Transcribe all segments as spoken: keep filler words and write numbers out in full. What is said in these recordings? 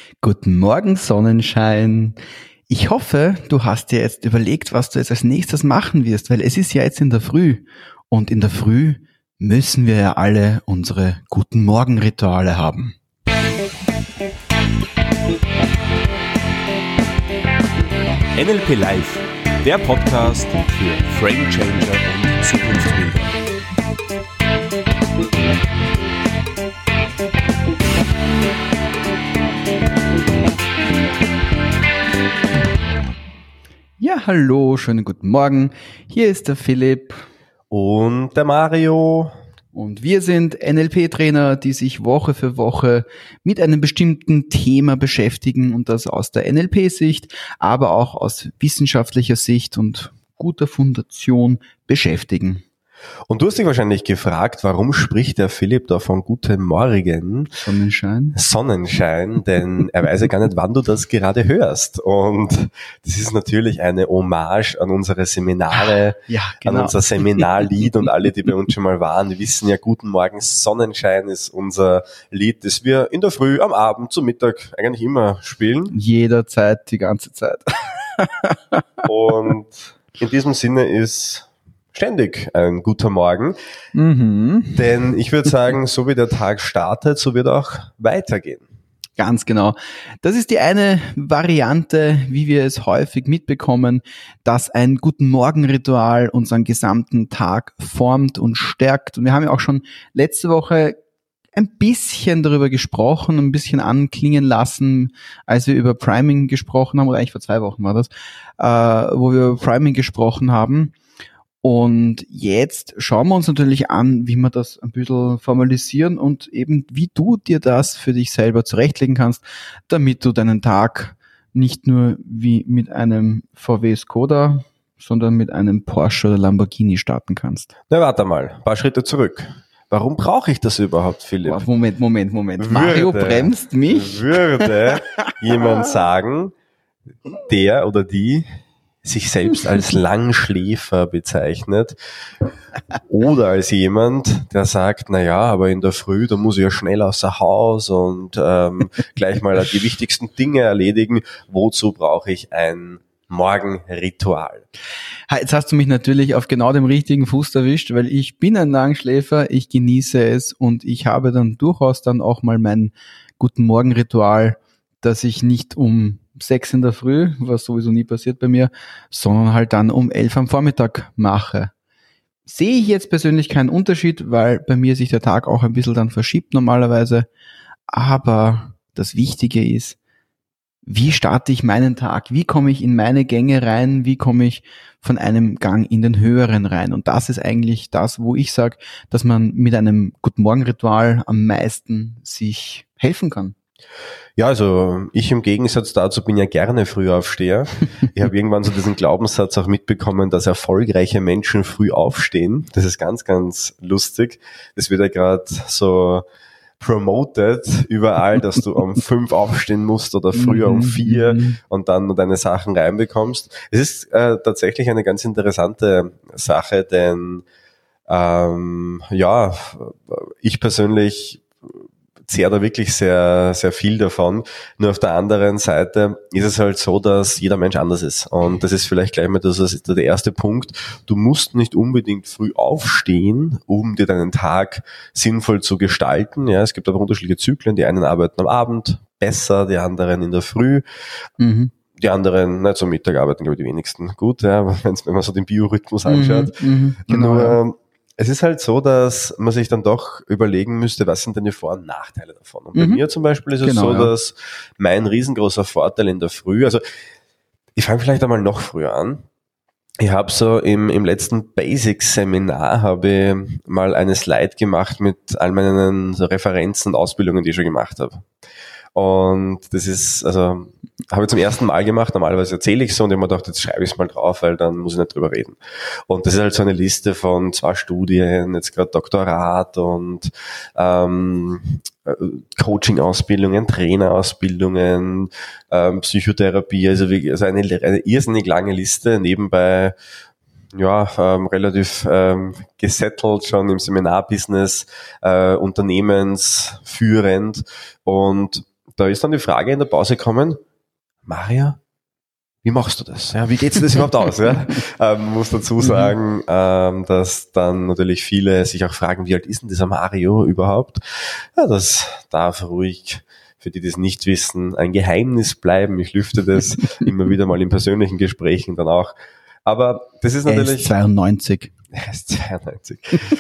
Guten Morgen, Sonnenschein. Ich hoffe, du hast dir jetzt überlegt, was du jetzt als nächstes machen wirst, weil es ist ja jetzt in der Früh. Und in der Früh müssen wir ja alle unsere Guten Morgen-Rituale haben. N L P Live, der Podcast für Frame Changer und Zukunftsbilder. Ja, hallo, schönen guten Morgen. Hier ist der Philipp. Und der Mario. Und wir sind N L P-Trainer, die sich Woche für Woche mit einem bestimmten Thema beschäftigen und das aus der N L P-Sicht, aber auch aus wissenschaftlicher Sicht und guter Fundation beschäftigen. Und du hast dich wahrscheinlich gefragt, warum spricht der Philipp da von Guten Morgen? Sonnenschein. Sonnenschein, denn er weiß ja gar nicht, wann du das gerade hörst. Und das ist natürlich eine Hommage an unsere Seminare, ja, genau. an unser Seminarlied. Und alle, die bei uns schon mal waren, die wissen ja, Guten Morgen Sonnenschein ist unser Lied, das wir in der Früh, am Abend, zum Mittag eigentlich immer spielen. Jederzeit, die ganze Zeit. Und in diesem Sinne ist ständig ein guter Morgen, mhm. denn ich würde sagen, so wie der Tag startet, so wird auch weitergehen. Ganz genau. Das ist die eine Variante, wie wir es häufig mitbekommen, dass ein Guten Morgen-Ritual unseren gesamten Tag formt und stärkt. Und wir haben ja auch schon letzte Woche ein bisschen darüber gesprochen, ein bisschen anklingen lassen, als wir über Priming gesprochen haben, oder eigentlich vor zwei Wochen war das, äh, wo wir über Priming gesprochen haben. Und jetzt schauen wir uns natürlich an, wie wir das ein bisschen formalisieren und eben wie du dir das für dich selber zurechtlegen kannst, damit du deinen Tag nicht nur wie mit einem V W Skoda, sondern mit einem Porsche oder Lamborghini starten kannst. Na, warte mal, ein paar Schritte zurück. Warum brauche ich das überhaupt, Philipp? Oh, Moment, Moment, Moment. Würde, Mario bremst mich. Würde jemand sagen, der oder die sich selbst als Langschläfer bezeichnet oder als jemand, der sagt, na ja, aber in der Früh, da muss ich ja schnell außer Haus und ähm, gleich mal die wichtigsten Dinge erledigen. Wozu brauche ich ein Morgenritual? Jetzt hast du mich natürlich auf genau dem richtigen Fuß erwischt, weil ich bin ein Langschläfer, ich genieße es und ich habe dann durchaus dann auch mal mein Guten Morgen-Ritual, dass ich nicht um sechs in der Früh, was sowieso nie passiert bei mir, sondern halt dann um elf am Vormittag mache. Sehe ich jetzt persönlich keinen Unterschied, weil bei mir sich der Tag auch ein bisschen dann verschiebt normalerweise. Aber das Wichtige ist, wie starte ich meinen Tag? Wie komme ich in meine Gänge rein? Wie komme ich von einem Gang in den höheren rein? Und das ist eigentlich das, wo ich sage, dass man mit einem Guten Morgen-Ritual am meisten sich helfen kann. Ja, also ich im Gegensatz dazu bin ja gerne Frühaufsteher. Ich habe irgendwann so diesen Glaubenssatz auch mitbekommen, dass erfolgreiche Menschen früh aufstehen. Das ist ganz, ganz lustig. Das wird ja gerade so promoted überall, dass du um fünf aufstehen musst oder früher um vier und dann nur deine Sachen reinbekommst. Es ist äh, tatsächlich eine ganz interessante Sache, denn ähm, ja, ich persönlich zehrt da wirklich sehr, sehr viel davon. Nur auf der anderen Seite ist es halt so, dass jeder Mensch anders ist. Und das ist vielleicht gleich mal das, das ist der erste Punkt. Du musst nicht unbedingt früh aufstehen, um dir deinen Tag sinnvoll zu gestalten. Ja, es gibt aber unterschiedliche Zyklen. Die einen arbeiten am Abend besser, die anderen in der Früh. Mhm. Die anderen, na, zum Mittag arbeiten, glaube ich, die wenigsten gut, ja, wenn man so den Biorhythmus anschaut. Mhm, genau, Nur, ja. Es ist halt so, dass man sich dann doch überlegen müsste, was sind denn die Vor- und Nachteile davon. Und bei mhm. mir zum Beispiel ist es genau, so, ja. dass mein riesengroßer Vorteil in der Früh, also ich fange vielleicht einmal noch früher an. Ich habe so im, im letzten Basics-Seminar habe ich mal eine Slide gemacht mit all meinen so Referenzen und Ausbildungen, die ich schon gemacht habe. Und das ist, also habe ich zum ersten Mal gemacht, normalerweise erzähle ich so und ich habe mir gedacht, jetzt schreibe ich es mal drauf, weil dann muss ich nicht drüber reden. Und das ist halt so eine Liste von zwei Studien, jetzt gerade Doktorat und ähm, Coaching-Ausbildungen, Trainerausbildungen, ähm, Psychotherapie, also, wie, also eine, eine irrsinnig lange Liste, nebenbei ja, ähm, relativ ähm, gesettelt schon im Seminarbusiness, äh, unternehmensführend und da ist dann die Frage in der Pause gekommen, Maria, wie machst du das? Ja, wie geht's dir das überhaupt aus? Ja? Ähm, muss dazu sagen, ähm, dass dann natürlich viele sich auch fragen, wie alt ist denn dieser Mario überhaupt? Ja, das darf ruhig, für die, die das nicht wissen, ein Geheimnis bleiben. Ich lüfte das immer wieder mal in persönlichen Gesprächen dann auch. Aber das ist natürlich... Er ist zweiundneunzig. Er ist zweiundneunzig.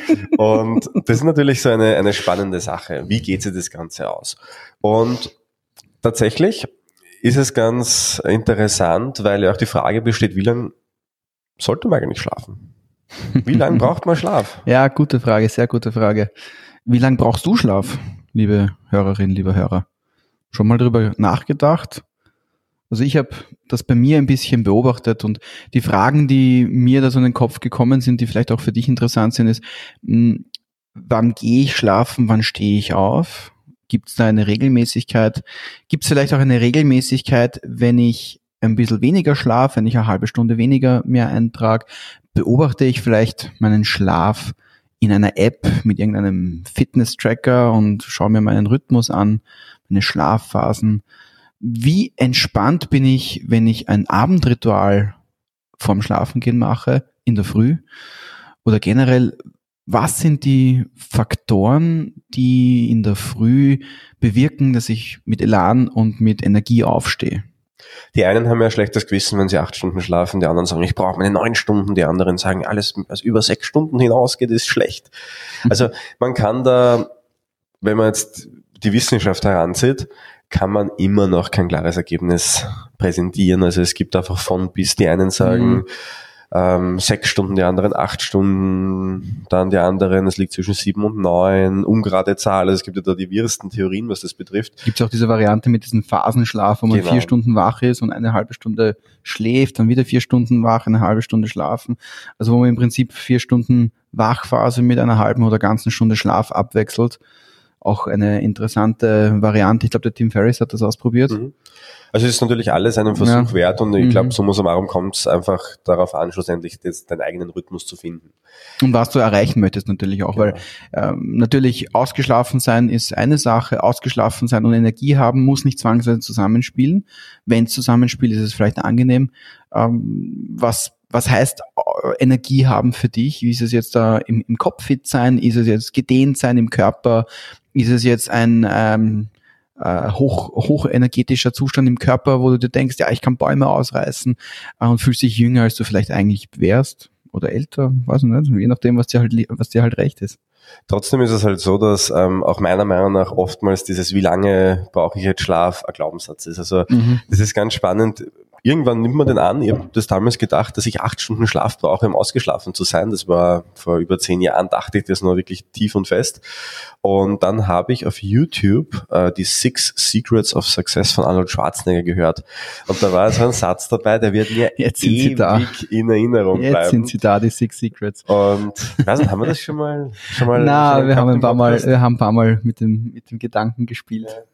Und das ist natürlich so eine, eine spannende Sache. Wie geht sich das Ganze aus? Und tatsächlich ist es ganz interessant, weil ja auch die Frage besteht, wie lange sollte man eigentlich schlafen? Wie lange braucht man Schlaf? Ja, gute Frage, sehr gute Frage. Wie lange brauchst du Schlaf, liebe Hörerin, lieber Hörer? Schon mal drüber nachgedacht? Also ich habe das bei mir ein bisschen beobachtet und die Fragen, die mir da so in den Kopf gekommen sind, die vielleicht auch für dich interessant sind, ist, mh, wann gehe ich schlafen, wann stehe ich auf? Gibt es da eine Regelmäßigkeit? Gibt es vielleicht auch eine Regelmäßigkeit, wenn ich ein bisschen weniger schlafe, wenn ich eine halbe Stunde weniger mehr eintrage? Beobachte ich vielleicht meinen Schlaf in einer App mit irgendeinem Fitness-Tracker und schaue mir meinen Rhythmus an, meine Schlafphasen? Wie entspannt bin ich, wenn ich ein Abendritual vorm Schlafengehen mache, in der Früh? Oder generell, was sind die Faktoren, die in der Früh bewirken, dass ich mit Elan und mit Energie aufstehe? Die einen haben ja schlechtes Gewissen, wenn sie acht Stunden schlafen, die anderen sagen, ich brauche meine neun Stunden, die anderen sagen, alles, was über sechs Stunden hinausgeht, ist schlecht. Also man kann da, wenn man jetzt die Wissenschaft heranzieht, kann man immer noch kein klares Ergebnis präsentieren. Also es gibt einfach von bis, die einen sagen, mhm. ähm, sechs Stunden, die anderen acht Stunden, dann die anderen, es liegt zwischen sieben und neun, ungerade Zahl. Also es gibt ja da die wirsten Theorien, was das betrifft. Gibt es auch diese Variante mit diesem Phasenschlaf, wo man genau. vier Stunden wach ist und eine halbe Stunde schläft, dann wieder vier Stunden wach, eine halbe Stunde schlafen. Also wo man im Prinzip vier Stunden Wachphase mit einer halben oder ganzen Stunde Schlaf abwechselt. Auch eine interessante Variante. Ich glaube, der Tim Ferriss hat das ausprobiert. Mhm. Also es ist natürlich alles einen Versuch ja. wert und ich glaube, summa summarum kommt es einfach darauf an, schlussendlich das, deinen eigenen Rhythmus zu finden. Und was du erreichen möchtest natürlich auch, genau. weil ähm, natürlich ausgeschlafen sein ist eine Sache, ausgeschlafen sein und Energie haben muss nicht zwangsweise zusammenspielen. Wenn es zusammenspielt, ist es vielleicht angenehm. Ähm, was Was heißt Energie haben für dich? Ist es jetzt da im, im Kopf fit sein? Ist es jetzt gedehnt sein im Körper? Ist es jetzt ein ähm, äh, hoch hochenergetischer Zustand im Körper, wo du dir denkst, ja, ich kann Bäume ausreißen äh, und fühlst dich jünger, als du vielleicht eigentlich wärst oder älter? Weiß ich nicht, je nachdem, was dir halt was dir halt recht ist. Trotzdem ist es halt so, dass ähm, auch meiner Meinung nach oftmals dieses, wie lange brauche ich jetzt Schlaf, ein Glaubenssatz ist. Also mhm. das ist ganz spannend. Irgendwann nimmt man den an. Ich habe das damals gedacht, dass ich acht Stunden Schlaf brauche, um ausgeschlafen zu sein. Das war vor über zehn Jahren, dachte ich das noch wirklich tief und fest. Und dann habe ich auf YouTube äh, die Six Secrets of Success von Arnold Schwarzenegger gehört. Und da war so ein Satz dabei, der wird mir Jetzt ewig in Erinnerung Jetzt bleiben. Jetzt sind sie da, die Six Secrets. Und ich weiß nicht, haben wir das schon mal? Schon mal Na, schon wir haben ein paar Mal, wir haben ein paar Mal mit dem mit dem Gedanken gespielt. Ja.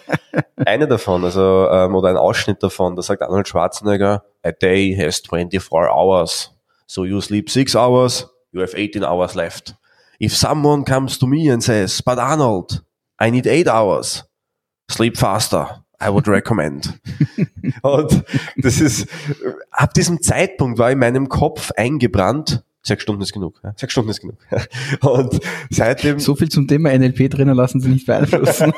Eine davon, also ähm, oder ein Ausschnitt davon, da sagt Arnold Schwarzenegger, a day has twenty-four hours, so you sleep six hours, you have eighteen hours left. If someone comes to me and says, but Arnold, I need eight hours, sleep faster, I would recommend. Und das ist, ab diesem Zeitpunkt war in meinem Kopf eingebrannt, Sechs Stunden ist genug. Ja. Sechs Stunden ist genug. Und seitdem... So viel zum Thema N L P-Trainer lassen Sie nicht beeinflussen.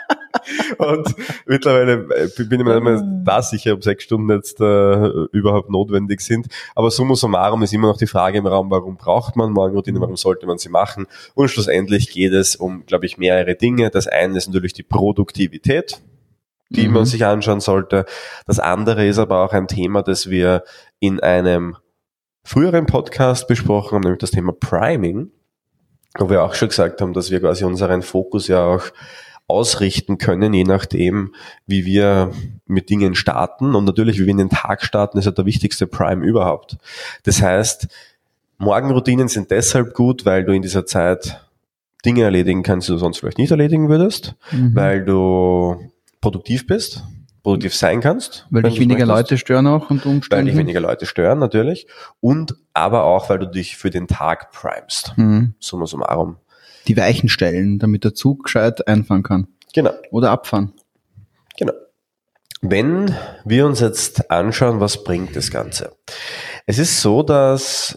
Und mittlerweile bin ich mir nicht mehr da sicher, ob sechs Stunden jetzt äh, überhaupt notwendig sind. Aber summa summarum ist immer noch die Frage im Raum, warum braucht man Morgenroutine, warum sollte man sie machen? Und schlussendlich geht es um, glaube ich, mehrere Dinge. Das eine ist natürlich die Produktivität, die mhm. man sich anschauen sollte. Das andere ist aber auch ein Thema, das wir in einem früheren Podcast besprochen haben, nämlich das Thema Priming, wo wir auch schon gesagt haben, dass wir quasi unseren Fokus ja auch ausrichten können, je nachdem, wie wir mit Dingen starten. Und natürlich, wie wir in den Tag starten, ist ja der wichtigste Prime überhaupt. Das heißt, Morgenroutinen sind deshalb gut, weil du in dieser Zeit Dinge erledigen kannst, die du sonst vielleicht nicht erledigen würdest, mhm. weil du produktiv bist, produktiv sein kannst. Weil dich weniger Leute stören auch und Umständen. Weil dich weniger Leute stören, natürlich. Und aber auch, weil du dich für den Tag primest. Mhm. Summa summarum. Die Weichen stellen, damit der Zug gescheit einfahren kann. Genau. Oder abfahren. Genau. Wenn wir uns jetzt anschauen, was bringt das Ganze? Es ist so, dass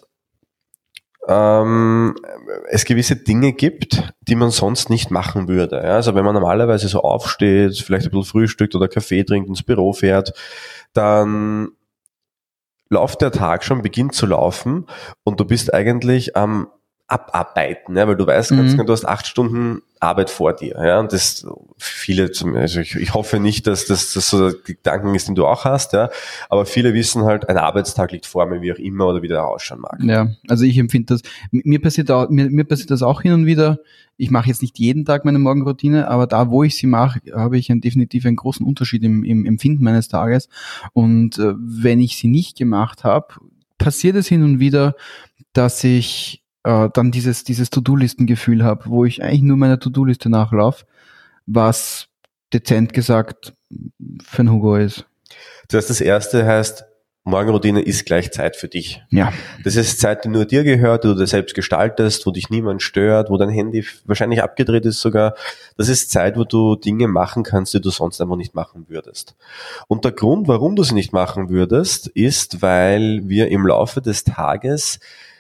ähm, es gewisse Dinge gibt, die man sonst nicht machen würde. Ja, also wenn man normalerweise so aufsteht, vielleicht ein bisschen frühstückt oder Kaffee trinkt, ins Büro fährt, dann läuft der Tag schon, beginnt zu laufen und du bist eigentlich am Abarbeiten, ja, weil du weißt ganz Mhm. genau, du hast acht Stunden Arbeit vor dir, ja, und das viele, zum- also ich, ich hoffe nicht, dass das, das so der Gedanken ist, den du auch hast, ja, aber viele wissen halt, ein Arbeitstag liegt vor mir, wie auch immer oder wie der ausschauen mag. Ja, also ich empfinde das, mir passiert auch, mir, mir passiert das auch hin und wieder. Ich mache jetzt nicht jeden Tag meine Morgenroutine, aber da, wo ich sie mache, habe ich einen, definitiv einen großen Unterschied im, im Empfinden meines Tages. Und äh, wenn ich sie nicht gemacht habe, passiert es hin und wieder, dass ich äh, dann dieses, dieses To-Do-Listen-Gefühl habe, wo ich eigentlich nur meiner To-Do-Liste nachlaufe, was dezent gesagt für ein Hugo ist. Das heißt, das erste heißt, Morgenroutine ist gleich Zeit für dich. Ja. Das ist Zeit, die nur dir gehört, die du dir selbst gestaltest, wo dich niemand stört, wo dein Handy wahrscheinlich abgedreht ist sogar. Das ist Zeit, wo du Dinge machen kannst, die du sonst einfach nicht machen würdest. Und der Grund, warum du sie nicht machen würdest, ist, weil wir im Laufe des Tages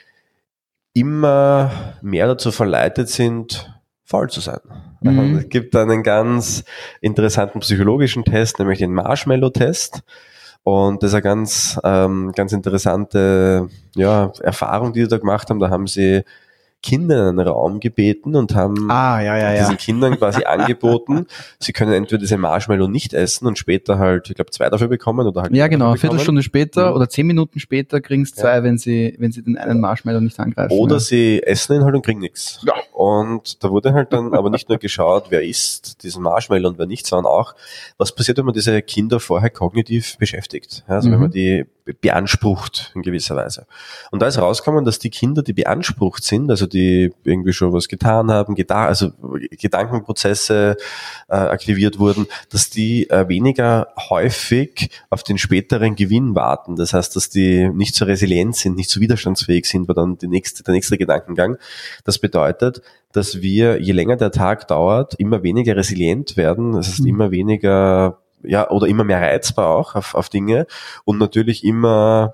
immer mehr dazu verleitet sind, faul zu sein. Mhm. Es gibt einen ganz interessanten psychologischen Test, nämlich den Marshmallow-Test. Und das ist eine ganz, ähm, ganz interessante ja, Erfahrung, die sie da gemacht haben. Da haben sie Kinder in einen Raum gebeten und haben Ah, ja, ja, diesen ja. Kindern quasi angeboten, sie können entweder diese Marshmallow nicht essen und später halt, ich glaube, zwei dafür bekommen oder halt Ja, drei genau. Eine dafür bekommen. Viertelstunde später Mhm. oder zehn Minuten später kriegen es zwei, Ja. wenn sie, wenn sie den einen Marshmallow nicht angreifen. Oder ja. sie essen ihn halt und kriegen nichts. Ja. Und da wurde halt dann aber nicht nur geschaut, wer isst diesen Marshmallow und wer nicht, sondern auch, was passiert, wenn man diese Kinder vorher kognitiv beschäftigt. Ja, also Mhm. wenn man die beansprucht in gewisser Weise. Und da ist rausgekommen, dass die Kinder, die beansprucht sind, also die irgendwie schon was getan haben, geda- also Gedankenprozesse äh, aktiviert wurden, dass die äh, weniger häufig auf den späteren Gewinn warten. Das heißt, dass die nicht so resilient sind, nicht so widerstandsfähig sind, war dann die nächste, der nächste Gedankengang. Das bedeutet, dass wir, je länger der Tag dauert, immer weniger resilient werden, das heißt Mhm. immer weniger, ja, oder immer mehr reizbar auch auf, auf Dinge und natürlich immer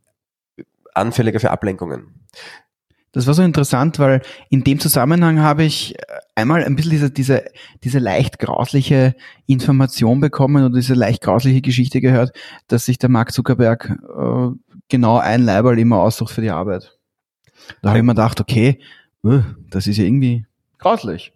anfälliger für Ablenkungen. Das war so interessant, weil in dem Zusammenhang habe ich einmal ein bisschen diese, diese, diese leicht grausliche Information bekommen oder diese leicht grausliche Geschichte gehört, dass sich der Mark Zuckerberg äh, genau ein Leiberl immer aussucht für die Arbeit. Da habe ich mir gedacht, okay, uh, das ist ja irgendwie grauslich.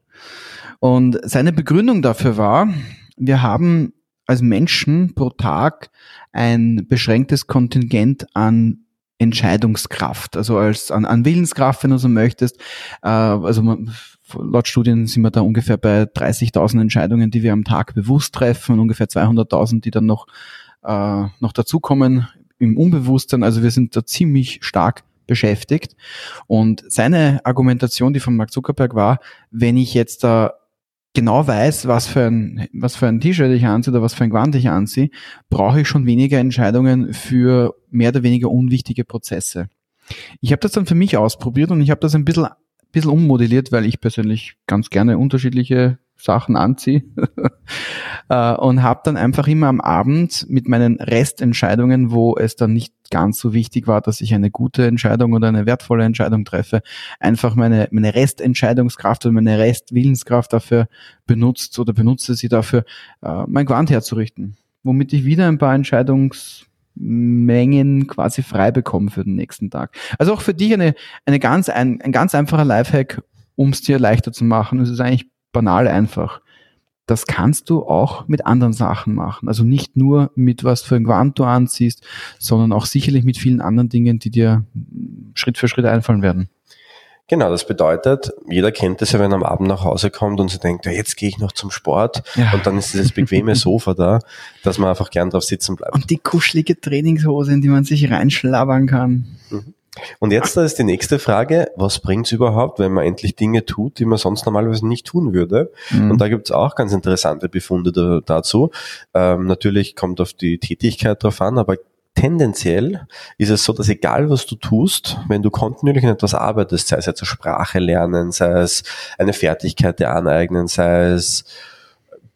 Und seine Begründung dafür war, wir haben als Menschen pro Tag ein beschränktes Kontingent an Entscheidungskraft, also als an, an Willenskraft, wenn du so möchtest. Äh, also man, laut Studien sind wir da ungefähr bei dreißigtausend Entscheidungen, die wir am Tag bewusst treffen und ungefähr zweihunderttausend, die dann noch, äh, noch dazukommen im Unbewusstsein. Also wir sind da ziemlich stark beschäftigt. Und seine Argumentation, die von Mark Zuckerberg war, wenn ich jetzt da genau weiß, was für ein, was für ein T-Shirt ich anziehe oder was für ein Gewand ich anziehe, brauche ich schon weniger Entscheidungen für mehr oder weniger unwichtige Prozesse. Ich habe das dann für mich ausprobiert und ich habe das ein bisschen, bisschen ummodelliert, weil ich persönlich ganz gerne unterschiedliche Sachen anziehe und habe dann einfach immer am Abend mit meinen Restentscheidungen, wo es dann nicht ganz so wichtig war, dass ich eine gute Entscheidung oder eine wertvolle Entscheidung treffe, einfach meine, meine Restentscheidungskraft oder meine Restwillenskraft dafür benutzt oder benutze sie dafür, mein Gewand herzurichten, womit ich wieder ein paar Entscheidungsmengen quasi frei bekomme für den nächsten Tag. Also auch für dich eine, eine ganz, ein, ein ganz einfacher Lifehack, um es dir leichter zu machen. Es ist eigentlich banal einfach. Das kannst du auch mit anderen Sachen machen. Also nicht nur mit was für ein Gewand du anziehst, sondern auch sicherlich mit vielen anderen Dingen, die dir Schritt für Schritt einfallen werden. Genau, das bedeutet, jeder kennt es ja, wenn er am Abend nach Hause kommt und sich denkt, ja, jetzt gehe ich noch zum Sport Ja. und dann ist dieses bequeme Sofa da, dass man einfach gern drauf sitzen bleibt. Und die kuschelige Trainingshose, in die man sich reinschlabbern kann. Mhm. Und jetzt da ist die nächste Frage, was bringt's überhaupt, wenn man endlich Dinge tut, die man sonst normalerweise nicht tun würde? Mhm. Und da gibt's auch ganz interessante Befunde da, dazu. Ähm, natürlich kommt auf die Tätigkeit drauf an, aber tendenziell ist es so, dass egal was du tust, wenn du kontinuierlich an etwas arbeitest, sei es jetzt eine Sprache lernen, sei es eine Fertigkeit dir aneignen, sei es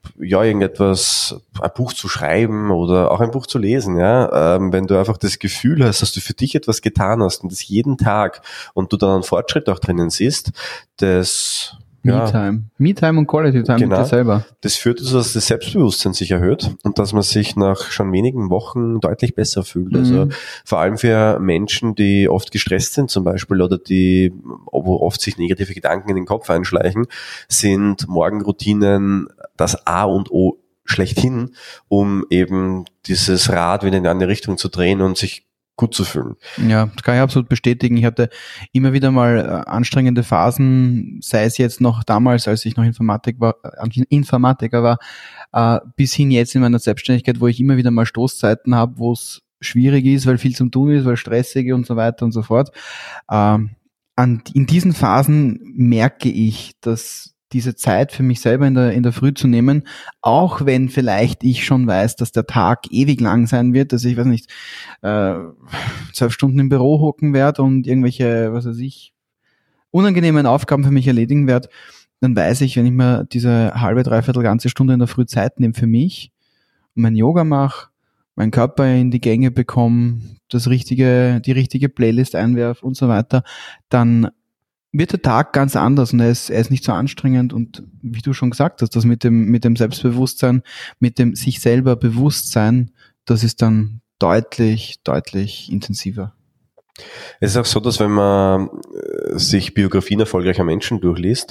ja, irgendetwas, ein Buch zu schreiben oder auch ein Buch zu lesen, ja, ähm, wenn du einfach das Gefühl hast, dass du für dich etwas getan hast und das jeden Tag und du dann einen Fortschritt auch drinnen siehst, das ja, Me-Time. Me-Time und Quality-Time genau, mit dir selber. Das führt dazu, dass das Selbstbewusstsein sich erhöht und dass man sich nach schon wenigen Wochen deutlich besser fühlt. Mhm. Also vor allem für Menschen, die oft gestresst sind zum Beispiel oder die, wo oft sich negative Gedanken in den Kopf einschleichen, sind Morgenroutinen das A und O schlechthin, um eben dieses Rad wieder in eine andere Richtung zu drehen und sich gut zu fühlen. Ja, das kann ich absolut bestätigen. Ich hatte immer wieder mal äh, anstrengende Phasen, sei es jetzt noch damals, als ich noch Informatik war, äh, Informatiker war, äh, bis hin jetzt in meiner Selbstständigkeit, wo ich immer wieder mal Stoßzeiten habe, wo es schwierig ist, weil viel zum tun ist, weil stressig und so weiter und so fort. Ähm, an, in diesen Phasen merke ich, dass diese Zeit für mich selber in der, in der Früh zu nehmen, auch wenn vielleicht ich schon weiß, dass der Tag ewig lang sein wird, dass ich, weiß nicht, äh, zwölf Stunden im Büro hocken werde und irgendwelche, was weiß ich, unangenehmen Aufgaben für mich erledigen werde, dann weiß ich, wenn ich mir diese halbe, dreiviertel ganze Stunde in der Früh Zeit nehme für mich und mein Yoga mache, meinen Körper in die Gänge bekomme, das richtige, die richtige Playlist einwerfe und so weiter, dann wird der Tag ganz anders und er ist, er ist nicht so anstrengend und wie du schon gesagt hast, das mit dem, mit dem Selbstbewusstsein, mit dem sich selber Bewusstsein, das ist dann deutlich, deutlich intensiver. Es ist auch so, dass wenn man sich Biografien erfolgreicher Menschen durchliest,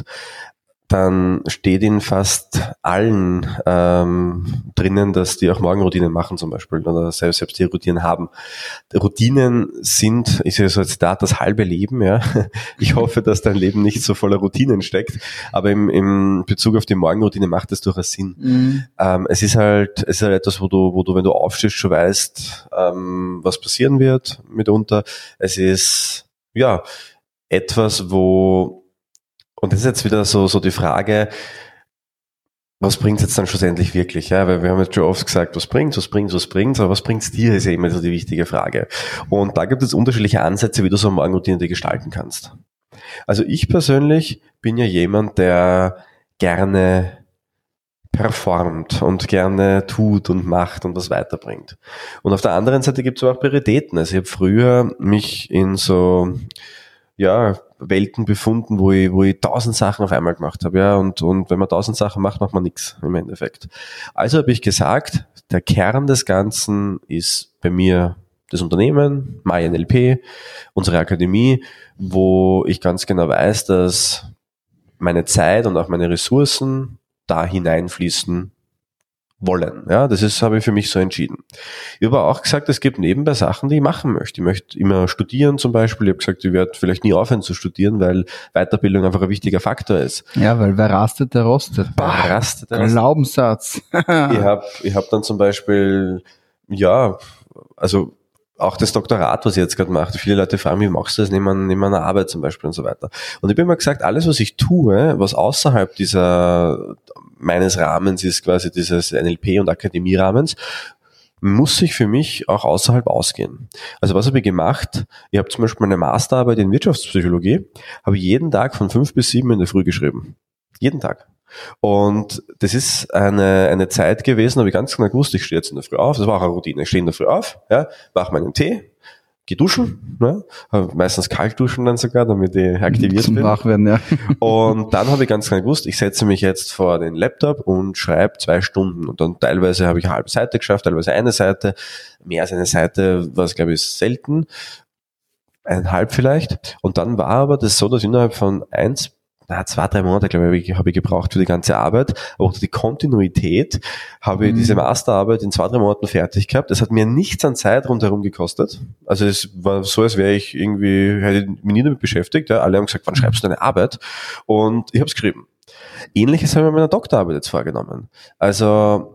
dann steht in fast allen ähm, drinnen, dass die auch Morgenroutinen machen zum Beispiel oder selbst, selbst die Routinen haben. Die Routinen sind, ist ja so ein Zitat, das halbe Leben. Ja. Ich hoffe, dass dein Leben nicht so voller Routinen steckt, aber im, im Bezug auf die Morgenroutine macht das durchaus Sinn. Mhm. Ähm, es ist halt, es ist halt etwas, wo du, wo du, wenn du aufstehst, schon weißt, ähm, was passieren wird mitunter. Es ist ja etwas, wo Und das ist jetzt wieder so, so die Frage, was bringt es jetzt dann schlussendlich wirklich? Ja, weil wir haben jetzt schon oft gesagt, was bringt's, was bringt's, was bringt's, aber was bringt's dir, ist ja immer so die wichtige Frage. Und da gibt es unterschiedliche Ansätze, wie du so eine Morgenroutine dir gestalten kannst. Also ich persönlich bin ja jemand, der gerne performt und gerne tut und macht und was weiterbringt. Und auf der anderen Seite gibt es aber auch Prioritäten. Also ich habe früher mich in so, ja, Welten befunden, wo ich, wo ich tausend Sachen auf einmal gemacht habe, ja, und, und wenn man tausend Sachen macht, macht man nichts im Endeffekt. Also habe ich gesagt, der Kern des Ganzen ist bei mir das Unternehmen, MyNLP, unsere Akademie, wo ich ganz genau weiß, dass meine Zeit und auch meine Ressourcen da hineinfließen wollen. Ja, das ist, habe ich für mich so entschieden. Ich habe auch gesagt, es gibt nebenbei Sachen, die ich machen möchte. Ich möchte immer studieren zum Beispiel. Ich habe gesagt, ich werde vielleicht nie aufhören zu studieren, weil Weiterbildung einfach ein wichtiger Faktor ist. Ja, weil wer rastet, der rostet. Wer rastet, der Glaubenssatz. ich habe ich hab dann zum Beispiel, ja, also auch das Doktorat, was ich jetzt gerade mache. Viele Leute fragen, wie machst du das neben, neben einer Arbeit zum Beispiel und so weiter. Und ich habe immer gesagt, alles, was ich tue, was außerhalb dieser meines Rahmens ist, quasi dieses N L P- und Akademierahmens, muss sich für mich auch außerhalb ausgehen. Also was habe ich gemacht? Ich habe zum Beispiel meine Masterarbeit in Wirtschaftspsychologie, habe jeden Tag von fünf bis sieben in der Früh geschrieben. Jeden Tag. Und das ist eine, eine Zeit gewesen, habe ich ganz genau gewusst, ich stehe jetzt in der Früh auf, das war auch eine Routine, ich stehe in der Früh auf, ja, mache meinen Tee, gehe duschen, ne, meistens kalt duschen dann sogar, damit ich aktiviert Zum bin. Wach werden, ja. Und dann habe ich ganz genau gewusst, ich setze mich jetzt vor den Laptop und schreibe zwei Stunden. Und dann teilweise habe ich eine halbe Seite geschafft, teilweise eine Seite, mehr als eine Seite, was glaube ich ist selten, eineinhalb vielleicht. Und dann war aber das so, dass innerhalb von eins Na, zwei, drei Monate, glaube ich, habe ich gebraucht für die ganze Arbeit. Aber auch die Kontinuität habe ich mhm. diese Masterarbeit in zwei, drei Monaten fertig gehabt. Das hat mir nichts an Zeit rundherum gekostet. Also es war so, als wäre ich irgendwie, hätte ich mich nie damit beschäftigt. Ja. Alle haben gesagt, wann schreibst du deine Arbeit? Und ich habe es geschrieben. Ähnliches habe ich mit meiner Doktorarbeit jetzt vorgenommen. Also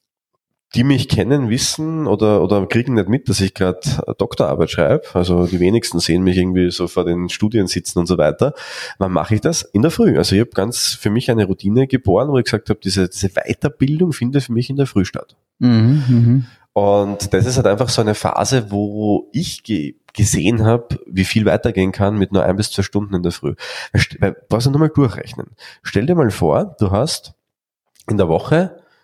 die mich kennen, wissen oder oder kriegen nicht mit, dass ich gerade Doktorarbeit schreibe. Also die wenigsten sehen mich irgendwie so vor den Studien sitzen und so weiter. Wann mache ich das? In der Früh. Also ich habe ganz für mich eine Routine geboren, wo ich gesagt habe, diese diese Weiterbildung findet für mich in der Früh statt. Mhm, mh. Und das ist halt einfach so eine Phase, wo ich ge- gesehen habe, wie viel weitergehen kann mit nur ein bis zwei Stunden in der Früh. Weil, was nur mal durchrechnen. Stell dir mal vor, du hast in der Woche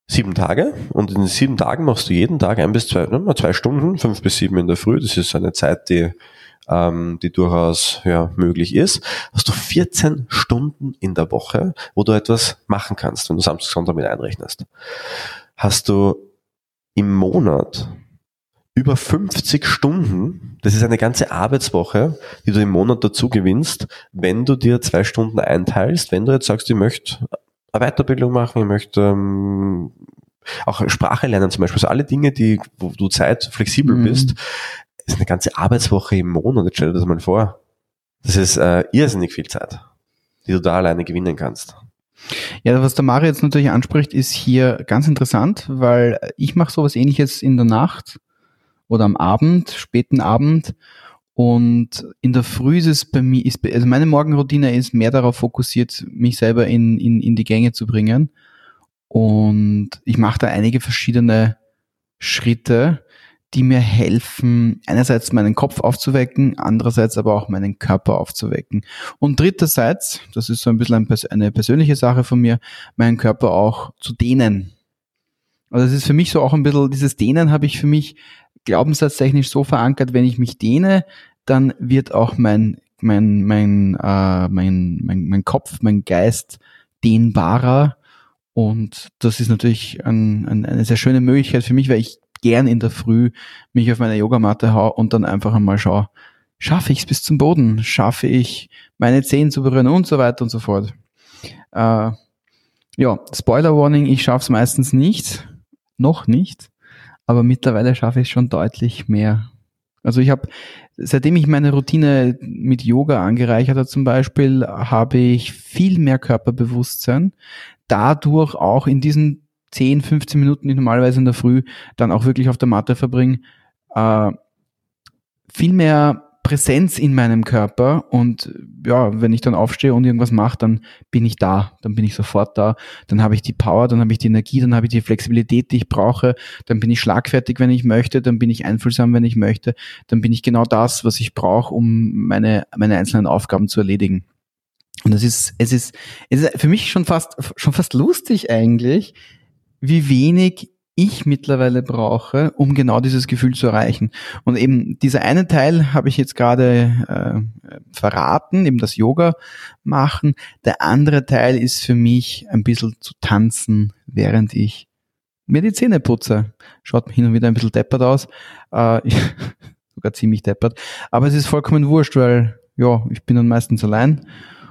sieben Tage und in den sieben Tagen machst du jeden Tag ein bis zwei, ne, zwei Stunden, fünf bis sieben in der Früh. Das ist eine Zeit, die, ähm, die durchaus ja, möglich ist. Hast du vierzehn Stunden in der Woche, wo du etwas machen kannst, wenn du Samstag, Sonntag mit einrechnest. Hast du im Monat über fünfzig Stunden, das ist eine ganze Arbeitswoche, die du im Monat dazu gewinnst, wenn du dir zwei Stunden einteilst, wenn du jetzt sagst, ich möchte eine Weiterbildung machen, ich möchte ähm, auch Sprache lernen zum Beispiel, also alle Dinge, die, wo du Zeit flexibel mhm. bist, ist eine ganze Arbeitswoche im Monat, jetzt stell dir das mal vor. Das ist äh, irrsinnig viel Zeit, die du da alleine gewinnen kannst. Ja, was der Mario jetzt natürlich anspricht, ist hier ganz interessant, weil ich mache sowas Ähnliches in der Nacht oder am Abend, späten Abend, und in der Früh ist es bei mir, ist, also meine Morgenroutine ist mehr darauf fokussiert, mich selber in, in, in die Gänge zu bringen, und ich mache da einige verschiedene Schritte, die mir helfen, einerseits meinen Kopf aufzuwecken, andererseits aber auch meinen Körper aufzuwecken. Und dritterseits, das ist so ein bisschen eine persönliche Sache von mir, meinen Körper auch zu dehnen. Also das ist für mich so auch ein bisschen, dieses Dehnen habe ich für mich glaubenssatztechnisch so verankert, wenn ich mich dehne, dann wird auch mein, mein, mein, äh, mein, mein, mein Kopf, mein Geist dehnbarer. Und das ist natürlich ein, ein, eine sehr schöne Möglichkeit für mich, weil ich gern in der Früh mich auf meine Yogamatte hau und dann einfach einmal schaue, schaffe ich es bis zum Boden, schaffe ich meine Zehen zu berühren und so weiter und so fort. Äh, ja, Spoiler Warning, ich schaffe es meistens nicht, noch nicht, aber mittlerweile schaffe ich es schon deutlich mehr. Also ich habe, seitdem ich meine Routine mit Yoga angereichert habe zum Beispiel, habe ich viel mehr Körperbewusstsein, dadurch auch in diesen zehn, fünfzehn Minuten, die ich normalerweise in der Früh dann auch wirklich auf der Matte verbringe, äh, viel mehr Präsenz in meinem Körper, und ja, wenn ich dann aufstehe und irgendwas mache, dann bin ich da, dann bin ich sofort da, dann habe ich die Power, dann habe ich die Energie, dann habe ich die Flexibilität, die ich brauche, dann bin ich schlagfertig, wenn ich möchte, dann bin ich einfühlsam, wenn ich möchte, dann bin ich genau das, was ich brauche, um meine, meine einzelnen Aufgaben zu erledigen. Und es ist, es ist, es ist für mich schon fast, schon fast lustig eigentlich, wie wenig ich mittlerweile brauche, um genau dieses Gefühl zu erreichen. Und eben dieser eine Teil habe ich jetzt gerade äh, verraten, eben das Yoga machen. Der andere Teil ist für mich ein bisschen zu tanzen, während ich mir die Zähne putze. Schaut hin und wieder ein bisschen deppert aus, äh, sogar ziemlich deppert. Aber es ist vollkommen wurscht, weil ja, ich bin dann meistens allein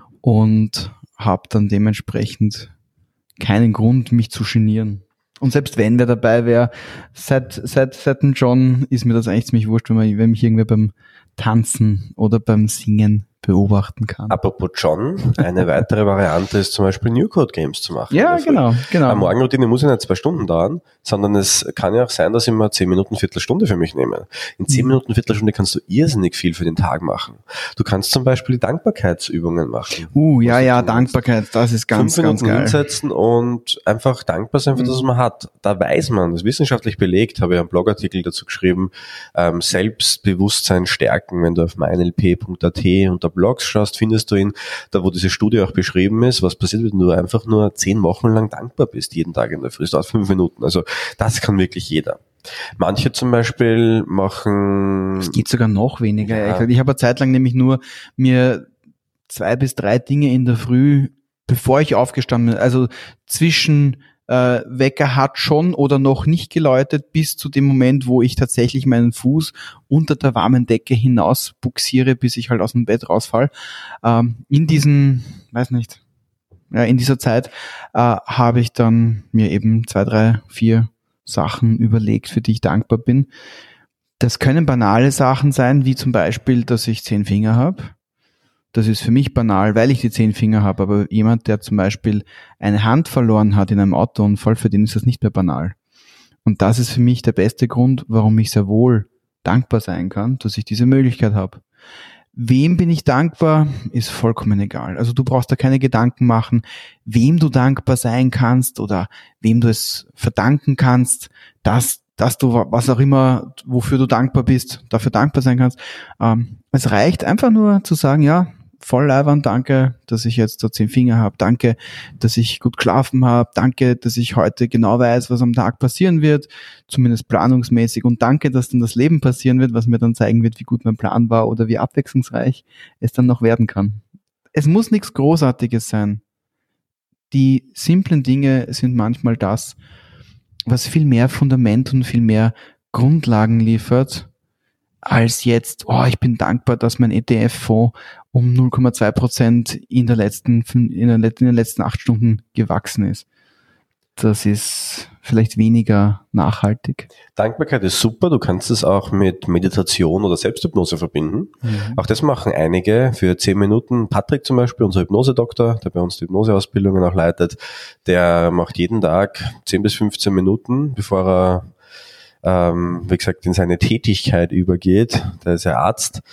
und habe dann dementsprechend keinen Grund, mich zu genieren. Und selbst wenn wer dabei wäre, seit, seit, seit dem John ist mir das eigentlich ziemlich wurscht, wenn, man, wenn mich irgendwer beim Tanzen oder beim Singen beobachten kann. Apropos John, eine weitere Variante ist zum Beispiel New Code Games zu machen. Ja, genau, genau. Eine Morgenroutine muss ja nicht zwei Stunden dauern, sondern es kann ja auch sein, dass ich mal zehn Minuten, Viertelstunde für mich nehme. In zehn Minuten, Viertelstunde kannst du irrsinnig viel für den Tag machen. Du kannst zum Beispiel Dankbarkeitsübungen machen. Uh, ja, ja, Dankbarkeit, das ist ganz, Fünf ganz Minuten geil. hinsetzen und einfach dankbar sein für das, was man hat. Da weiß man, das ist wissenschaftlich belegt, habe ich einen Blogartikel dazu geschrieben, ähm, Selbstbewusstsein stärken. Wenn du auf meinlp punkt at unter Blogs schaust, findest du ihn, da wo diese Studie auch beschrieben ist, was passiert, wenn du einfach nur zehn Wochen lang dankbar bist, jeden Tag in der Früh, das dauert fünf Minuten. Also das kann wirklich jeder. Manche zum Beispiel machen... Es geht sogar noch weniger. Ja. Ich habe eine Zeit lang nämlich nur mir zwei bis drei Dinge in der Früh, bevor ich aufgestanden bin, also zwischen äh, Wecker hat schon oder noch nicht geläutet, bis zu dem Moment, wo ich tatsächlich meinen Fuß unter der warmen Decke hinaus buxiere, bis ich halt aus dem Bett rausfall. Ähm, in diesen, weiß nicht, ja, in dieser Zeit äh, habe ich dann mir eben zwei, drei, vier Sachen überlegt, für die ich dankbar bin. Das können banale Sachen sein, wie zum Beispiel, dass ich zehn Finger habe. Das ist für mich banal, weil ich die zehn Finger habe, aber jemand, der zum Beispiel eine Hand verloren hat in einem Autounfall, für den ist das nicht mehr banal. Und das ist für mich der beste Grund, warum ich sehr wohl dankbar sein kann, dass ich diese Möglichkeit habe. Wem bin ich dankbar, ist vollkommen egal. Also du brauchst da keine Gedanken machen, wem du dankbar sein kannst oder wem du es verdanken kannst, dass, dass du was auch immer, wofür du dankbar bist, dafür dankbar sein kannst. Ähm, es reicht einfach nur zu sagen, ja, voll leiwand, danke, dass ich jetzt da zehn Finger habe, danke, dass ich gut geschlafen habe, danke, dass ich heute genau weiß, was am Tag passieren wird, zumindest planungsmäßig, und danke, dass dann das Leben passieren wird, was mir dann zeigen wird, wie gut mein Plan war oder wie abwechslungsreich es dann noch werden kann. Es muss nichts Großartiges sein. Die simplen Dinge sind manchmal das, was viel mehr Fundament und viel mehr Grundlagen liefert, als jetzt, oh, ich bin dankbar, dass mein E T F-Fonds um null Komma zwei Prozent in der letzten, in der, in den letzten acht Stunden gewachsen ist. Das ist vielleicht weniger nachhaltig. Dankbarkeit ist super, du kannst es auch mit Meditation oder Selbsthypnose verbinden. Mhm. Auch das machen einige für zehn Minuten. Patrick zum Beispiel, unser Hypnosedoktor, der bei uns die Hypnoseausbildungen auch leitet, der macht jeden Tag zehn bis fünfzehn Minuten, bevor er Ähm, wie gesagt, in seine Tätigkeit übergeht, der ist ja Arzt,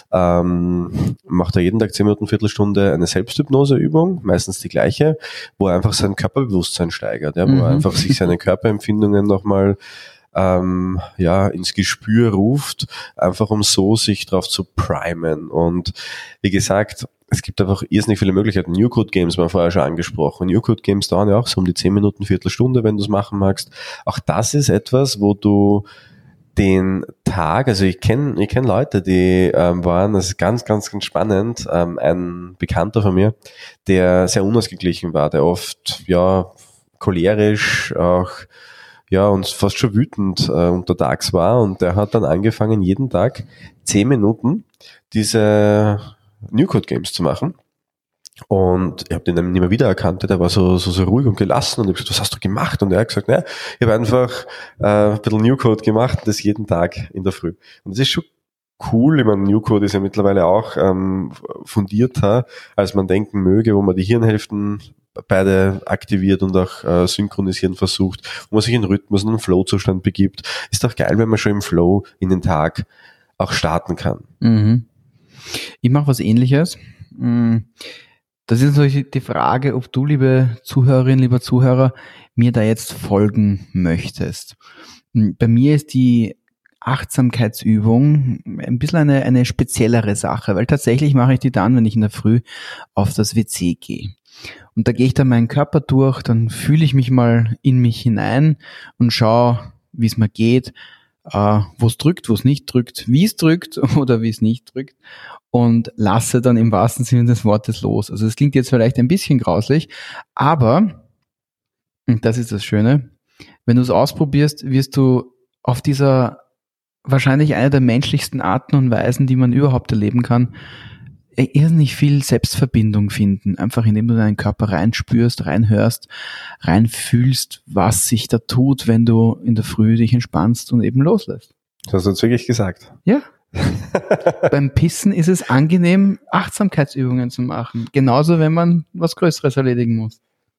ähm, macht er jeden Tag zehn Minuten, Viertelstunde eine Selbsthypnoseübung, meistens die gleiche, wo er einfach sein Körperbewusstsein steigert, ja, wo mhm. er einfach sich seine Körperempfindungen nochmal ähm, ja, ins Gespür ruft, einfach um so sich drauf zu primen. Und wie gesagt, es gibt einfach irrsinnig viele Möglichkeiten. New Code Games waren vorher schon angesprochen. New Code Games dauern ja auch so um die zehn Minuten, Viertelstunde, wenn du es machen magst. Auch das ist etwas, wo du den Tag, also ich kenne ich kenn Leute, die ähm, waren, das ist ganz, ganz, ganz spannend, ähm, ein Bekannter von mir, der sehr unausgeglichen war, der oft, ja, cholerisch, auch ja, und fast schon wütend äh, untertags war, und der hat dann angefangen, jeden Tag zehn Minuten diese New Code Games zu machen. Und ich habe den dann nicht mehr wiedererkannt, der war so, so, so ruhig und gelassen, und ich habe gesagt, was hast du gemacht? Und er hat gesagt, naja, ich habe einfach äh, ein bisschen New Code gemacht, das jeden Tag in der Früh. Und das ist schon cool. Ich meine, New Code ist ja mittlerweile auch ähm, fundierter, als man denken möge, wo man die Hirnhälften beide aktiviert und auch äh, synchronisieren versucht, wo man sich in Rhythmus und einen Flow-Zustand begibt. Ist doch geil, wenn man schon im Flow in den Tag auch starten kann. Mhm. Ich mache was Ähnliches. Das ist natürlich die Frage, ob du, liebe Zuhörerin, lieber Zuhörer, mir da jetzt folgen möchtest. Bei mir ist die Achtsamkeitsübung ein bisschen eine, eine speziellere Sache, weil tatsächlich mache ich die dann, wenn ich in der Früh auf das W C gehe. Und da gehe ich dann meinen Körper durch, dann fühle ich mich mal in mich hinein und schaue, wie es mir geht, äh, wo es drückt, wo es nicht drückt, wie es drückt oder wie es nicht drückt, und lasse dann im wahrsten Sinne des Wortes los. Also es klingt jetzt vielleicht ein bisschen grauslich, aber, und das ist das Schöne, wenn du es ausprobierst, wirst du auf dieser wahrscheinlich einer der menschlichsten Arten und Weisen, die man überhaupt erleben kann, irrsinnig viel Selbstverbindung finden, einfach indem du deinen Körper reinspürst, reinhörst, reinfühlst, was sich da tut, wenn du in der Früh dich entspannst und eben loslässt. Das hast du jetzt wirklich gesagt? Ja. Beim Pissen ist es angenehm, Achtsamkeitsübungen zu machen. Genauso, wenn man was Größeres erledigen muss.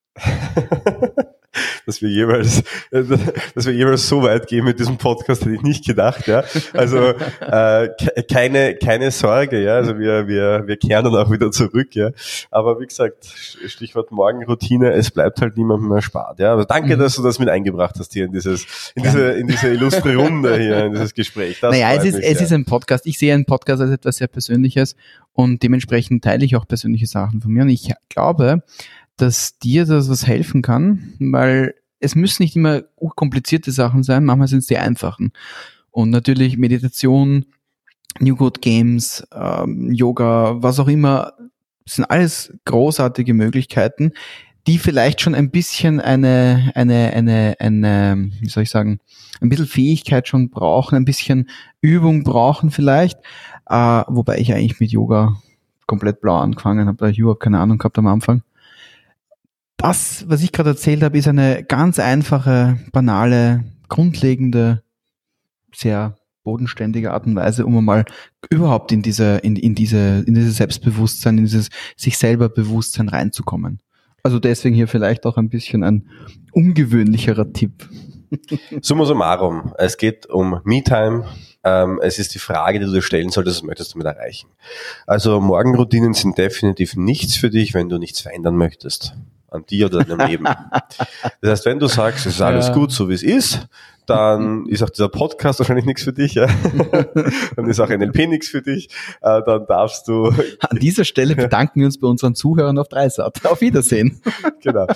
Dass wir jeweils, dass wir jeweils so weit gehen mit diesem Podcast, hätte ich nicht gedacht, ja. Also äh, keine keine Sorge, ja. Also wir wir wir kehren dann auch wieder zurück, ja. Aber wie gesagt, Stichwort Morgenroutine, es bleibt halt niemandem erspart, ja. Aber danke, mhm. dass du das mit eingebracht hast hier in dieses in diese in diese illustre Runde hier in dieses Gespräch. Das naja, es ist mich, es ja. ist ein Podcast. Ich sehe einen Podcast als etwas sehr Persönliches, und dementsprechend teile ich auch persönliche Sachen von mir. Und ich glaube, dass dir das was helfen kann, weil es müssen nicht immer komplizierte Sachen sein, manchmal sind es die einfachen. Und natürlich Meditation, New Code Games, ähm, Yoga, was auch immer, sind alles großartige Möglichkeiten, die vielleicht schon ein bisschen eine, eine, eine, eine, wie soll ich sagen, ein bisschen Fähigkeit schon brauchen, ein bisschen Übung brauchen vielleicht, äh, wobei ich eigentlich mit Yoga komplett blau angefangen habe, da ich überhaupt keine Ahnung gehabt am Anfang. Das, was ich gerade erzählt habe, ist eine ganz einfache, banale, grundlegende, sehr bodenständige Art und Weise, um mal überhaupt in diese, in, in diese, in dieses Selbstbewusstsein, in dieses sich selber Bewusstsein reinzukommen. Also deswegen hier vielleicht auch ein bisschen ein ungewöhnlicherer Tipp. Summa summarum, es geht um Me-Time. Ähm, es ist die Frage, die du dir stellen solltest, was möchtest du damit erreichen. Also Morgenroutinen sind definitiv nichts für dich, wenn du nichts verändern möchtest. an dir oder deinem Leben. Das heißt, wenn du sagst, es ist alles ja. gut, so wie es ist, dann ist auch dieser Podcast wahrscheinlich nichts für dich, ja. Dann ist auch N L P nichts für dich, äh, dann darfst du... An dieser Stelle bedanken wir uns bei unseren Zuhörern auf Dreisat. Auf Wiedersehen. Genau.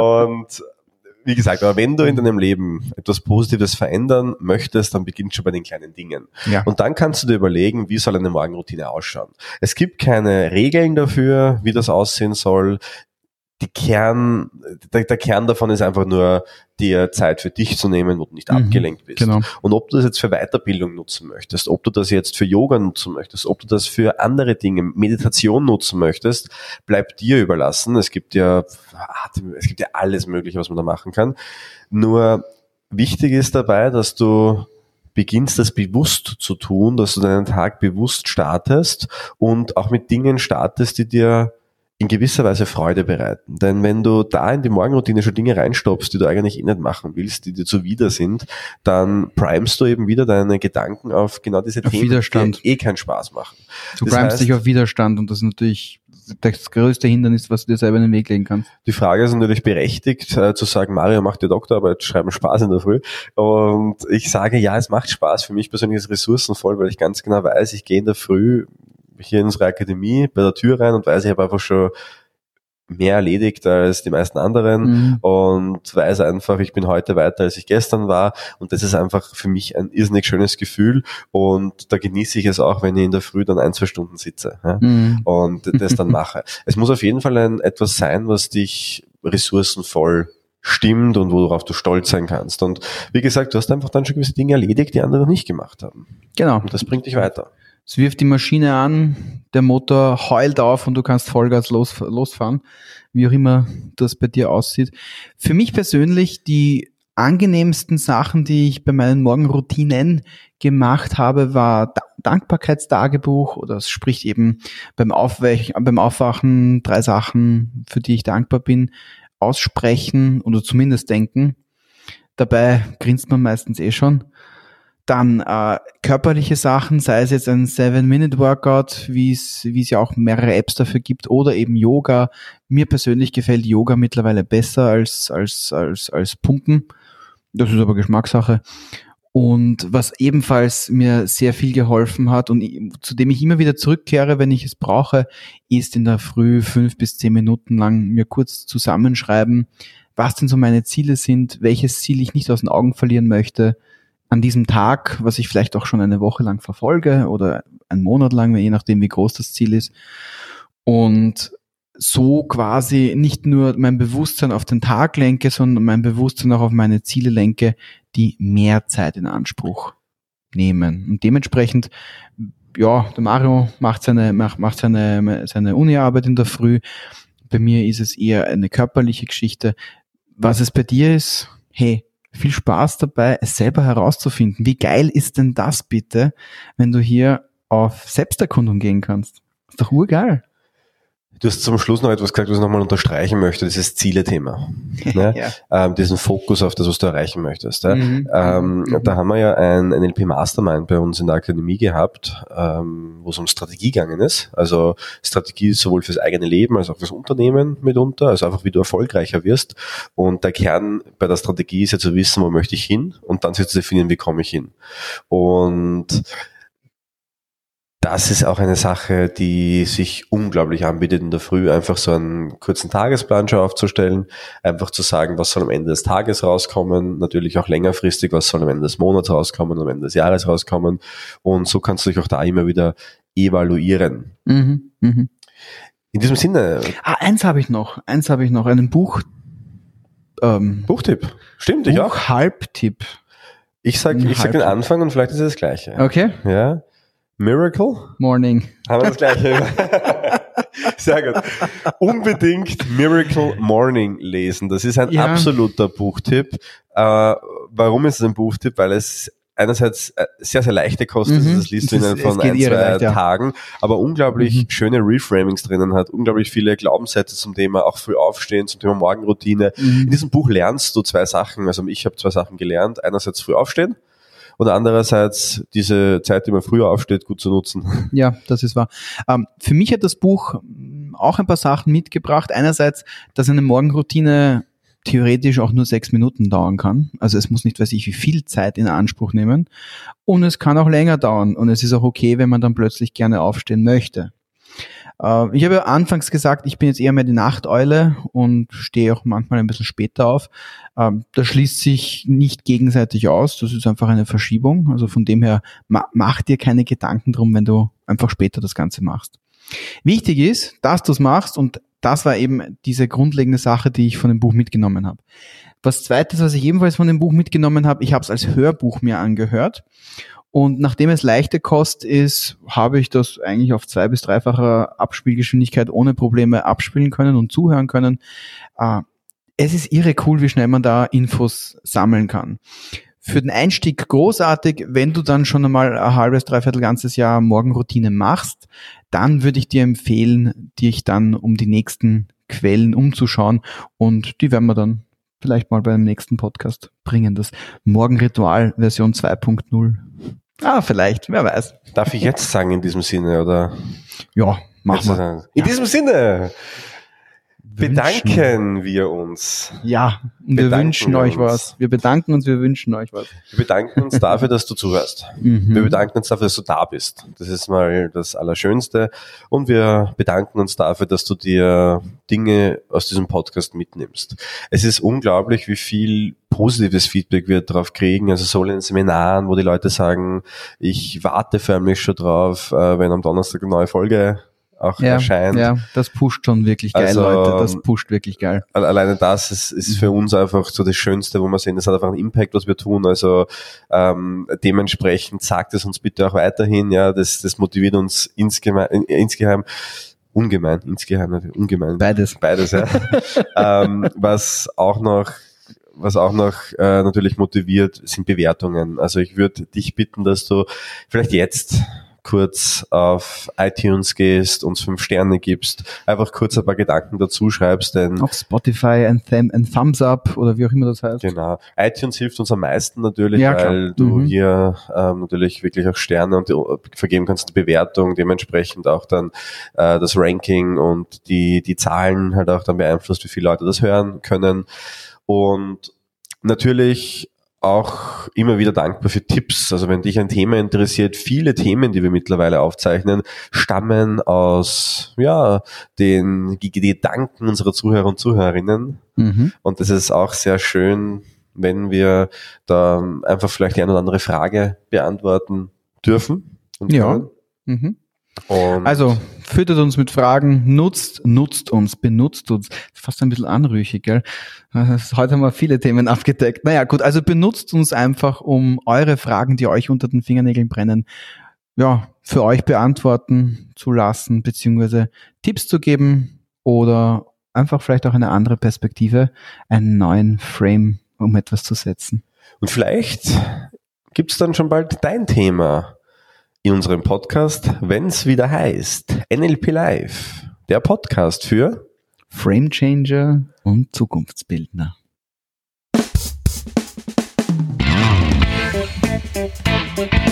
Und wie gesagt, aber wenn du in deinem Leben etwas Positives verändern möchtest, dann beginnt schon bei den kleinen Dingen. Ja. Und dann kannst du dir überlegen, wie soll eine Morgenroutine ausschauen. Es gibt keine Regeln dafür, wie das aussehen soll. Die Kern, der, der Kern davon ist einfach nur, dir Zeit für dich zu nehmen, wo du nicht mhm, abgelenkt bist. Genau. Und ob du das jetzt für Weiterbildung nutzen möchtest, ob du das jetzt für Yoga nutzen möchtest, ob du das für andere Dinge, Meditation nutzen möchtest, bleibt dir überlassen. Es gibt ja, es gibt ja alles Mögliche, was man da machen kann. Nur wichtig ist dabei, dass du beginnst, das bewusst zu tun, dass du deinen Tag bewusst startest und auch mit Dingen startest, die dir in gewisser Weise Freude bereiten. Denn wenn du da in die Morgenroutine schon Dinge reinstoppst, die du eigentlich eh nicht machen willst, die dir zuwider sind, dann primest du eben wieder deine Gedanken auf genau diese auf Themen, Widerstand. die eh keinen Spaß machen. Du das primest heißt, dich auf Widerstand und das ist natürlich das größte Hindernis, was du dir selber in den Weg legen kannst. Die Frage ist natürlich berechtigt, äh, zu sagen, Mario macht die Doktorarbeit, schreiben Spaß in der Früh. Und ich sage, ja, es macht Spaß. Für mich persönlich ist es ressourcenvoll, weil ich ganz genau weiß, ich gehe in der Früh hier in unsere Akademie bei der Tür rein und weiß, ich habe einfach schon mehr erledigt als die meisten anderen mhm. und weiß einfach, ich bin heute weiter, als ich gestern war und das ist einfach für mich ein irrsinnig schönes Gefühl und da genieße ich es auch, wenn ich in der Früh dann ein, zwei Stunden sitze ja, mhm. und das dann mache. Es muss auf jeden Fall ein etwas sein, was dich ressourcenvoll stimmt und worauf du stolz sein kannst. Und wie gesagt, du hast einfach dann schon gewisse Dinge erledigt, die andere nicht gemacht haben. Genau. Und das bringt dich weiter. Es wirft die Maschine an, der Motor heult auf und du kannst Vollgas los, losfahren, wie auch immer das bei dir aussieht. Für mich persönlich die angenehmsten Sachen, die ich bei meinen Morgenroutinen gemacht habe, war Dankbarkeitstagebuch oder es spricht eben beim, Aufwach- beim Aufwachen drei Sachen, für die ich dankbar bin, aussprechen oder zumindest denken. Dabei grinst man meistens eh schon. Dann äh, körperliche Sachen, sei es jetzt ein Seven-Minute-Workout, wie es wie es ja auch mehrere Apps dafür gibt, oder eben Yoga. Mir persönlich gefällt Yoga mittlerweile besser als als als als Pumpen. Das ist aber Geschmackssache. Und was ebenfalls mir sehr viel geholfen hat und zu dem ich immer wieder zurückkehre, wenn ich es brauche, ist in der Früh fünf bis zehn Minuten lang mir kurz zusammenschreiben, was denn so meine Ziele sind, welches Ziel ich nicht aus den Augen verlieren möchte an diesem Tag, was ich vielleicht auch schon eine Woche lang verfolge oder einen Monat lang, je nachdem wie groß das Ziel ist. Und so quasi nicht nur mein Bewusstsein auf den Tag lenke, sondern mein Bewusstsein auch auf meine Ziele lenke, die mehr Zeit in Anspruch nehmen. Und dementsprechend, ja, der Mario macht seine, macht, macht seine, seine Uni-Arbeit in der Früh. Bei mir ist es eher eine körperliche Geschichte. Was es bei dir ist, hey, viel Spaß dabei, es selber herauszufinden. Wie geil ist denn das bitte, wenn du hier auf Selbsterkundung gehen kannst? Ist doch urgeil. Du hast zum Schluss noch etwas gesagt, was ich nochmal unterstreichen möchte, dieses Ziele-Thema. Ne? Ja. Ähm, diesen Fokus auf das, was du erreichen möchtest. Ja? Mhm. Ähm, mhm. Da haben wir ja ein N L P Mastermind bei uns in der Akademie gehabt, ähm, wo es um Strategie gegangen ist. Also Strategie sowohl fürs eigene Leben als auch fürs Unternehmen mitunter, also einfach wie du erfolgreicher wirst. Und der Kern bei der Strategie ist ja zu wissen, wo möchte ich hin und dann sich zu definieren, wie komme ich hin. Und das ist auch eine Sache, die sich unglaublich anbietet in der Früh, einfach so einen kurzen Tagesplan schon aufzustellen, einfach zu sagen, was soll am Ende des Tages rauskommen, natürlich auch längerfristig, was soll am Ende des Monats rauskommen, am Ende des Jahres rauskommen und so kannst du dich auch da immer wieder evaluieren. Mhm, mh. In diesem Sinne. Ah, eins habe ich noch, eins habe ich noch, einen Buch, ähm, Buchtipp. Stimmt, ich auch. Buchhalbtipp. Ich sag, ich sag den Anfang und vielleicht ist es das Gleiche. Okay. Ja. Miracle Morning. Haben wir das Gleiche? Sehr gut. Unbedingt Miracle Morning lesen. Das ist ein ja. absoluter Buchtipp. Äh, warum ist es ein Buchtipp? Weil es einerseits sehr, sehr leichte Kost ist. Mhm. Das liest du innerhalb von ein, zwei leicht, ja. Tagen. Aber unglaublich mhm. schöne Reframings drinnen hat. Unglaublich viele Glaubenssätze zum Thema auch früh aufstehen, zum Thema Morgenroutine. Mhm. In diesem Buch lernst du zwei Sachen. Also ich habe zwei Sachen gelernt. Einerseits früh aufstehen. Und andererseits diese Zeit, die man früher aufsteht, gut zu nutzen. Ja, das ist wahr. Ähm, für mich hat das Buch auch ein paar Sachen mitgebracht. Einerseits, dass eine Morgenroutine theoretisch auch nur sechs Minuten dauern kann. Also es muss nicht, weiß ich, wie viel Zeit in Anspruch nehmen. Und es kann auch länger dauern. Und es ist auch okay, wenn man dann plötzlich gerne aufstehen möchte. Äh, ich habe ja anfangs gesagt, ich bin jetzt eher mehr die Nachteule und stehe auch manchmal ein bisschen später auf. Ähm, das schließt sich nicht gegenseitig aus. Das ist einfach eine Verschiebung. Also von dem her, ma- mach dir keine Gedanken drum, wenn du einfach später das Ganze machst. Wichtig ist, dass du es machst, und das war eben diese grundlegende Sache, die ich von dem Buch mitgenommen habe. Was Zweites, was ich ebenfalls von dem Buch mitgenommen habe, ich habe es als Hörbuch mir angehört, und nachdem es leichte Kost ist, habe ich das eigentlich auf zwei- bis dreifacher Abspielgeschwindigkeit ohne Probleme abspielen können und zuhören können. Es ist irre cool, wie schnell man da Infos sammeln kann. Für den Einstieg großartig. Wenn du dann schon einmal ein halbes, dreiviertel ganzes Jahr Morgenroutine machst, dann würde ich dir empfehlen, dich dann um die nächsten Quellen umzuschauen, und die werden wir dann vielleicht mal beim nächsten Podcast bringen. Das Morgenritual Version zwei Punkt null. Ah, vielleicht, wer weiß. Darf ich jetzt sagen in diesem Sinne, oder? Ja, machen wir. Sagen. In Ja. diesem Sinne Wünschen. bedanken wir uns. Ja, und Bedanken wir wünschen wir euch uns. was. Wir bedanken uns, wir wünschen euch was. Wir bedanken uns dafür, dass du zuhörst. Mhm. Wir bedanken uns dafür, dass du da bist. Das ist mal das Allerschönste. Und wir bedanken uns dafür, dass du dir Dinge aus diesem Podcast mitnimmst. Es ist unglaublich, wie viel positives Feedback wir darauf kriegen. Also so in den Seminaren, wo die Leute sagen, ich warte förmlich schon drauf, wenn am Donnerstag eine neue Folge auch Ja, erscheint. ja, das pusht schon wirklich geil, Also, Leute. Das pusht wirklich geil. Alleine das ist, ist für uns einfach so das Schönste, wo wir sehen, das hat einfach einen Impact, was wir tun. Also ähm, dementsprechend sagt es uns bitte auch weiterhin. Ja, das, das motiviert uns insgeheim, insgeheim ungemein, insgeheim, ungemein. Beides. Beides, ja. ähm, was auch noch Was auch noch äh, natürlich motiviert, sind Bewertungen. Also ich würde dich bitten, dass du vielleicht jetzt kurz auf iTunes gehst, uns fünf Sterne gibst, einfach kurz ein paar Gedanken dazu schreibst, denn Auf Spotify ein, Thumb, ein Thumbs Up oder wie auch immer das heißt. genau, iTunes hilft uns am meisten natürlich, Ja, weil klar. du Mhm. hier ähm, natürlich wirklich auch Sterne und die, vergeben kannst, die Bewertung, dementsprechend auch dann äh, das Ranking und die die Zahlen halt auch dann beeinflusst, wie viele Leute das hören können. Und natürlich auch immer wieder dankbar für Tipps. Also wenn dich ein Thema interessiert, viele Themen, die wir mittlerweile aufzeichnen, stammen aus ja den Gedanken unserer Zuhörer und Zuhörerinnen. Mhm. Und das ist auch sehr schön, wenn wir da einfach vielleicht die eine oder andere Frage beantworten dürfen. Und Ja. können. Mhm. Und Also, füttert uns mit Fragen, nutzt, nutzt uns, benutzt uns. Fast ein bisschen anrüchig, gell? Das, heute haben wir viele Themen abgedeckt. Naja, gut, also benutzt uns einfach, um eure Fragen, die euch unter den Fingernägeln brennen, ja, für euch beantworten zu lassen, beziehungsweise Tipps zu geben oder einfach vielleicht auch eine andere Perspektive, einen neuen Frame, um etwas zu setzen. Und vielleicht gibt's dann schon bald dein Thema in unserem Podcast, wenn's wieder heißt N L P Live, der Podcast für Frame Changer und Zukunftsbildner. Thank you.